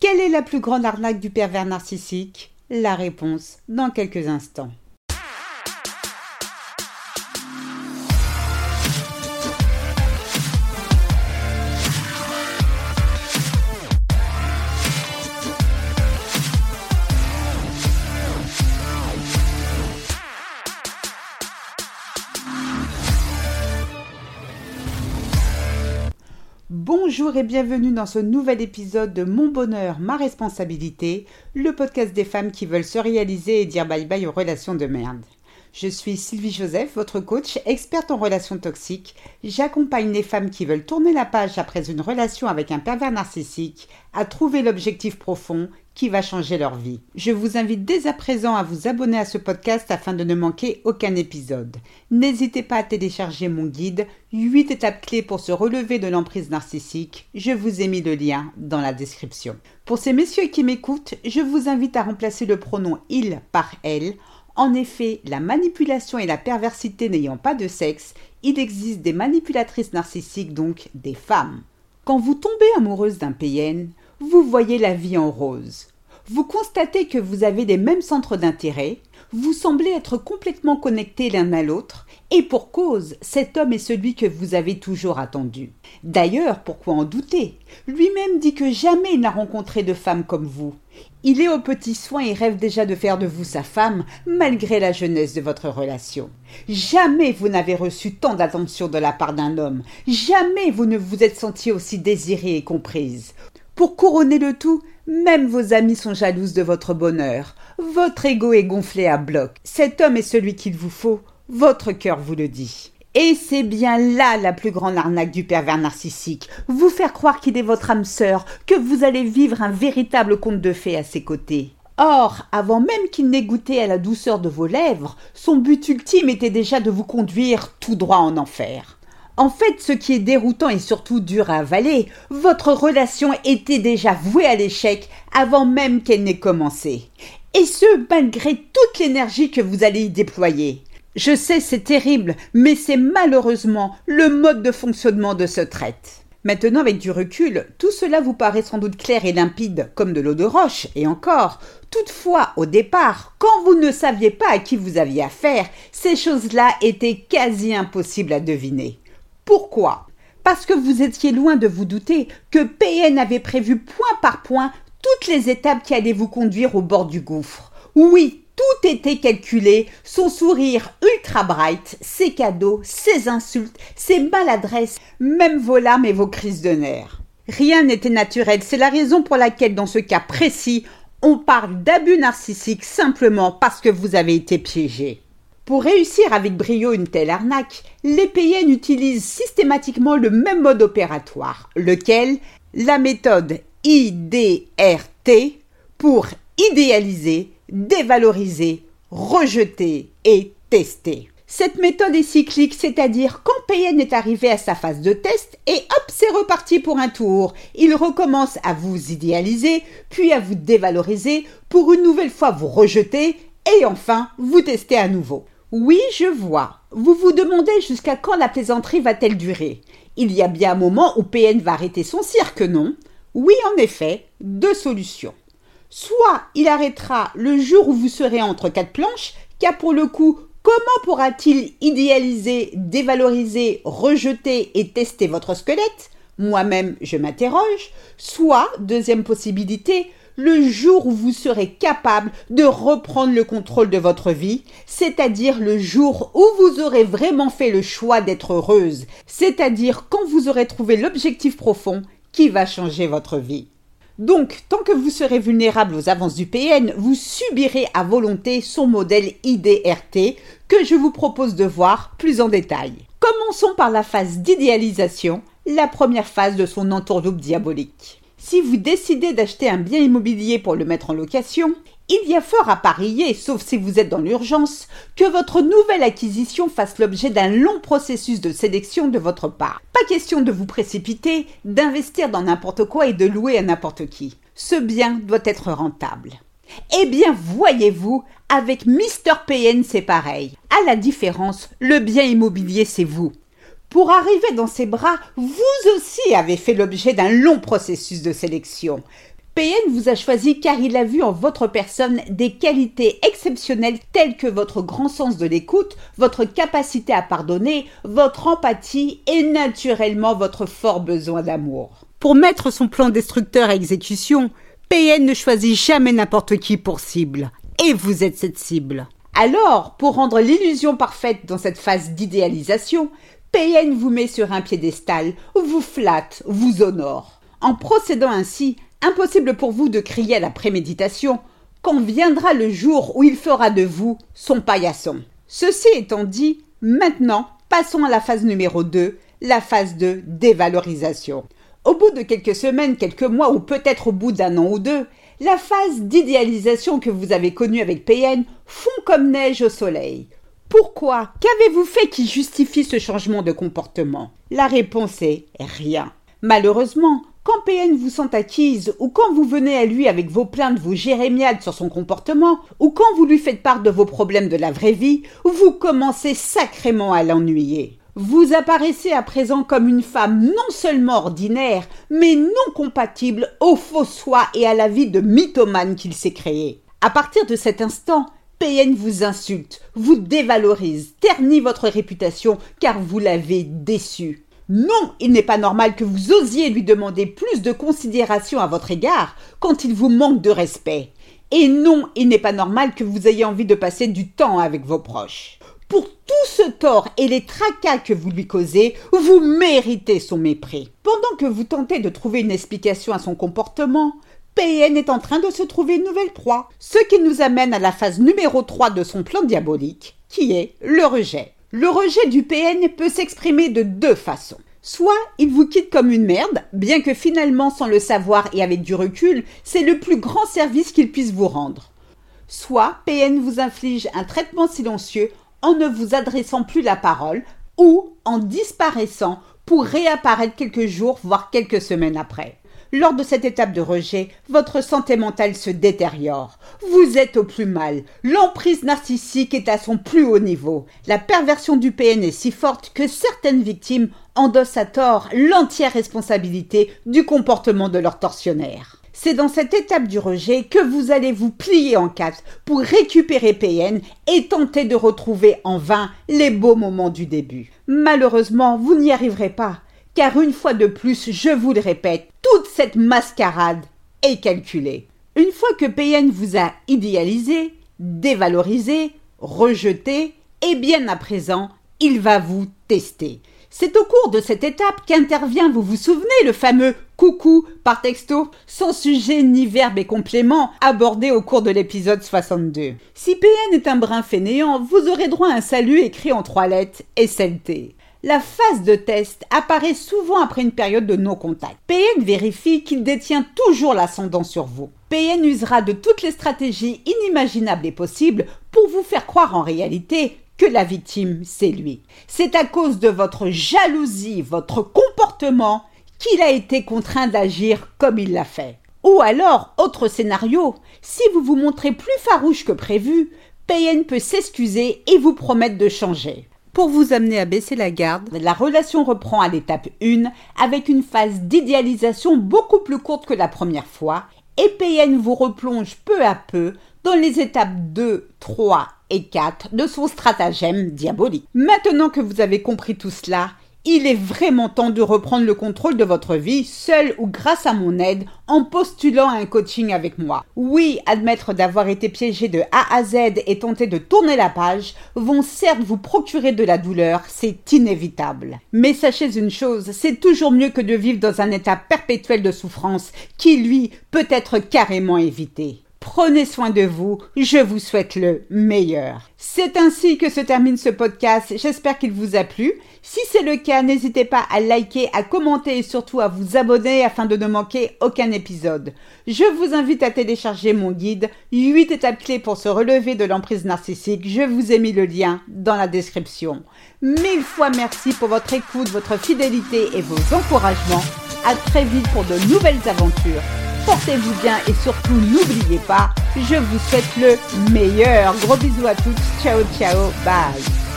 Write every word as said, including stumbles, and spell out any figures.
Quelle est la plus grande arnaque du pervers narcissique? La réponse dans quelques instants. Bonjour et bienvenue dans ce nouvel épisode de Mon bonheur, ma responsabilité, le podcast des femmes qui veulent se réaliser et dire bye bye aux relations de merde. Je suis Sylvie Joseph, votre coach, experte en relations toxiques. J'accompagne les femmes qui veulent tourner la page après une relation avec un pervers narcissique à trouver l'objectif profond qui va changer leur vie. Je vous invite dès à présent à vous abonner à ce podcast afin de ne manquer aucun épisode. N'hésitez pas à télécharger mon guide huit étapes clés pour se relever de l'emprise narcissique. Je vous ai mis le lien dans la description. Pour ces messieurs qui m'écoutent, je vous invite à remplacer le pronom « il » par « elle ». En effet, la manipulation et la perversité n'ayant pas de sexe, il existe des manipulatrices narcissiques, donc des femmes. Quand vous tombez amoureuse d'un P N, vous voyez la vie en rose. Vous constatez que vous avez les mêmes centres d'intérêt, vous semblez être complètement connectés l'un à l'autre, et pour cause, cet homme est celui que vous avez toujours attendu. D'ailleurs, pourquoi en douter? Lui-même dit que jamais il n'a rencontré de femme comme vous. Il est aux petits soins et rêve déjà de faire de vous sa femme, malgré la jeunesse de votre relation. Jamais vous n'avez reçu tant d'attention de la part d'un homme. Jamais vous ne vous êtes sentie aussi désirée et comprise. Pour couronner le tout, même vos amis sont jalouses de votre bonheur. Votre ego est gonflé à bloc. Cet homme est celui qu'il vous faut. Votre cœur vous le dit. Et c'est bien là la plus grande arnaque du pervers narcissique. Vous faire croire qu'il est votre âme sœur, que vous allez vivre un véritable conte de fées à ses côtés. Or, avant même qu'il n'ait goûté à la douceur de vos lèvres, son but ultime était déjà de vous conduire tout droit en enfer. En fait, ce qui est déroutant et surtout dur à avaler, votre relation était déjà vouée à l'échec avant même qu'elle n'ait commencé. Et ce, malgré toute l'énergie que vous allez y déployer. Je sais, c'est terrible, mais c'est malheureusement le mode de fonctionnement de ce traite. Maintenant, avec du recul, tout cela vous paraît sans doute clair et limpide, comme de l'eau de roche, et encore. Toutefois, au départ, quand vous ne saviez pas à qui vous aviez affaire, ces choses-là étaient quasi impossibles à deviner. Pourquoi? Parce que vous étiez loin de vous douter que P N avait prévu point par point toutes les étapes qui allaient vous conduire au bord du gouffre. Oui, tout était calculé, son sourire ultra bright, ses cadeaux, ses insultes, ses maladresses, même vos larmes et vos crises de nerfs. Rien n'était naturel, c'est la raison pour laquelle dans ce cas précis, on parle d'abus narcissique simplement parce que vous avez été piégé. Pour réussir avec brio une telle arnaque, les P N utilisent systématiquement le même mode opératoire, lequel, la méthode I D R T, pour idéaliser, dévaloriser, rejeter et tester. Cette méthode est cyclique, c'est-à-dire quand P N est arrivé à sa phase de test et hop, c'est reparti pour un tour. Il recommence à vous idéaliser, puis à vous dévaloriser, pour une nouvelle fois vous rejeter et enfin vous tester à nouveau. Oui, je vois. Vous vous demandez jusqu'à quand la plaisanterie va-t-elle durer? Il y a bien un moment où P N va arrêter son cirque, non? Oui, en effet, deux solutions. Soit il arrêtera le jour où vous serez entre quatre planches, car pour le coup, comment pourra-t-il idéaliser, dévaloriser, rejeter et tester votre squelette? Moi-même, je m'interroge. Soit, deuxième possibilité, le jour où vous serez capable de reprendre le contrôle de votre vie, c'est-à-dire le jour où vous aurez vraiment fait le choix d'être heureuse, c'est-à-dire quand vous aurez trouvé l'objectif profond qui va changer votre vie. Donc, tant que vous serez vulnérable aux avances du P N, vous subirez à volonté son modèle I D R T que je vous propose de voir plus en détail. Commençons par la phase d'idéalisation, la première phase de son entourloupe diabolique. Si vous décidez d'acheter un bien immobilier pour le mettre en location, il y a fort à parier, sauf si vous êtes dans l'urgence, que votre nouvelle acquisition fasse l'objet d'un long processus de sélection de votre part. Pas question de vous précipiter, d'investir dans n'importe quoi et de louer à n'importe qui. Ce bien doit être rentable. Eh bien, voyez-vous, avec Mister P N, c'est pareil. À la différence, le bien immobilier, c'est vous. Pour arriver dans ses bras, vous aussi avez fait l'objet d'un long processus de sélection. P N vous a choisi car il a vu en votre personne des qualités exceptionnelles telles que votre grand sens de l'écoute, votre capacité à pardonner, votre empathie et naturellement votre fort besoin d'amour. Pour mettre son plan destructeur à exécution, P N ne choisit jamais n'importe qui pour cible. Et vous êtes cette cible. Alors, pour rendre l'illusion parfaite dans cette phase d'idéalisation, P N vous met sur un piédestal, vous flatte, vous honore. En procédant ainsi, impossible pour vous de crier à la préméditation quand viendra le jour où il fera de vous son paillasson. Ceci étant dit, maintenant, passons à la phase numéro deux, la phase de dévalorisation. Au bout de quelques semaines, quelques mois ou peut-être au bout d'un an ou deux, la phase d'idéalisation que vous avez connue avec P N fond comme neige au soleil. Pourquoi? Qu'avez-vous fait qui justifie ce changement de comportement? La réponse est rien. Malheureusement, quand P N vous sent acquise ou quand vous venez à lui avec vos plaintes, vos jérémiades sur son comportement ou quand vous lui faites part de vos problèmes de la vraie vie, vous commencez sacrément à l'ennuyer. Vous apparaissez à présent comme une femme non seulement ordinaire, mais non compatible au faux soi et à la vie de mythomane qu'il s'est créé. À partir de cet instant, P N vous insulte, vous dévalorise, ternit votre réputation car vous l'avez déçu. Non, il n'est pas normal que vous osiez lui demander plus de considération à votre égard quand il vous manque de respect. Et non, il n'est pas normal que vous ayez envie de passer du temps avec vos proches. Pour tout ce tort et les tracas que vous lui causez, vous méritez son mépris. Pendant que vous tentez de trouver une explication à son comportement, P N est en train de se trouver une nouvelle proie. Ce qui nous amène à la phase numéro trois de son plan diabolique, qui est le rejet. Le rejet du P N peut s'exprimer de deux façons. Soit il vous quitte comme une merde, bien que finalement sans le savoir et avec du recul, c'est le plus grand service qu'il puisse vous rendre. Soit P N vous inflige un traitement silencieux en ne vous adressant plus la parole ou en disparaissant pour réapparaître quelques jours, voire quelques semaines après. Lors de cette étape de rejet, votre santé mentale se détériore. Vous êtes au plus mal. L'emprise narcissique est à son plus haut niveau. La perversion du P N est si forte que certaines victimes endossent à tort l'entière responsabilité du comportement de leur tortionnaire. C'est dans cette étape du rejet que vous allez vous plier en quatre pour récupérer P N et tenter de retrouver en vain les beaux moments du début. Malheureusement, vous n'y arriverez pas, car une fois de plus, je vous le répète, toute cette mascarade est calculée. Une fois que P N vous a idéalisé, dévalorisé, rejeté, et bien à présent, il va vous tester. C'est au cours de cette étape qu'intervient, vous vous souvenez, le fameux « coucou » par texto, sans sujet ni verbe et complément, abordé au cours de l'épisode soixante-deux. Si P N est un brin fainéant, vous aurez droit à un salut écrit en trois lettres « S L T ». La phase de test apparaît souvent après une période de non-contact. P N vérifie qu'il détient toujours l'ascendant sur vous. P N usera de toutes les stratégies inimaginables et possibles pour vous faire croire en réalité que la victime, c'est lui. C'est à cause de votre jalousie, votre comportement, qu'il a été contraint d'agir comme il l'a fait. Ou alors, autre scénario, si vous vous montrez plus farouche que prévu, P N peut s'excuser et vous promettre de changer. Pour vous amener à baisser la garde, la relation reprend à l'étape un avec une phase d'idéalisation beaucoup plus courte que la première fois et P N vous replonge peu à peu dans les étapes deux, trois et quatre de son stratagème diabolique. Maintenant que vous avez compris tout cela, il est vraiment temps de reprendre le contrôle de votre vie, seul ou grâce à mon aide, en postulant à un coaching avec moi. Oui, admettre d'avoir été piégé de A à Z et tenter de tourner la page vont certes vous procurer de la douleur, c'est inévitable. Mais sachez une chose, c'est toujours mieux que de vivre dans un état perpétuel de souffrance qui, lui, peut être carrément évité. Prenez soin de vous, je vous souhaite le meilleur. C'est ainsi que se termine ce podcast, j'espère qu'il vous a plu. Si c'est le cas, n'hésitez pas à liker, à commenter et surtout à vous abonner afin de ne manquer aucun épisode. Je vous invite à télécharger mon guide huit étapes clés pour se relever de l'emprise narcissique. Je vous ai mis le lien dans la description. Mille fois merci pour votre écoute, votre fidélité et vos encouragements. À très vite pour de nouvelles aventures. Portez-vous bien et surtout n'oubliez pas, je vous souhaite le meilleur. Gros bisous à toutes. Ciao, ciao, bye.